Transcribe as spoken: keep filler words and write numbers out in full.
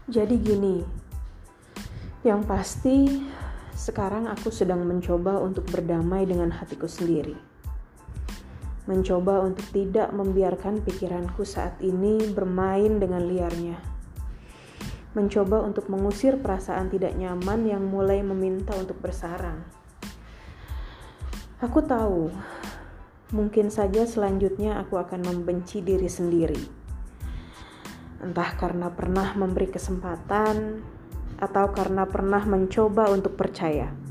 Jadi gini, yang pasti sekarang aku sedang mencoba untuk berdamai dengan hatiku sendiri. Mencoba untuk tidak membiarkan pikiranku saat ini bermain dengan liarnya. Mencoba untuk mengusir perasaan tidak nyaman yang mulai meminta untuk bersarang. Aku tahu, mungkin saja selanjutnya aku akan membenci diri sendiri. Entah karena pernah memberi kesempatan atau karena pernah mencoba untuk percaya.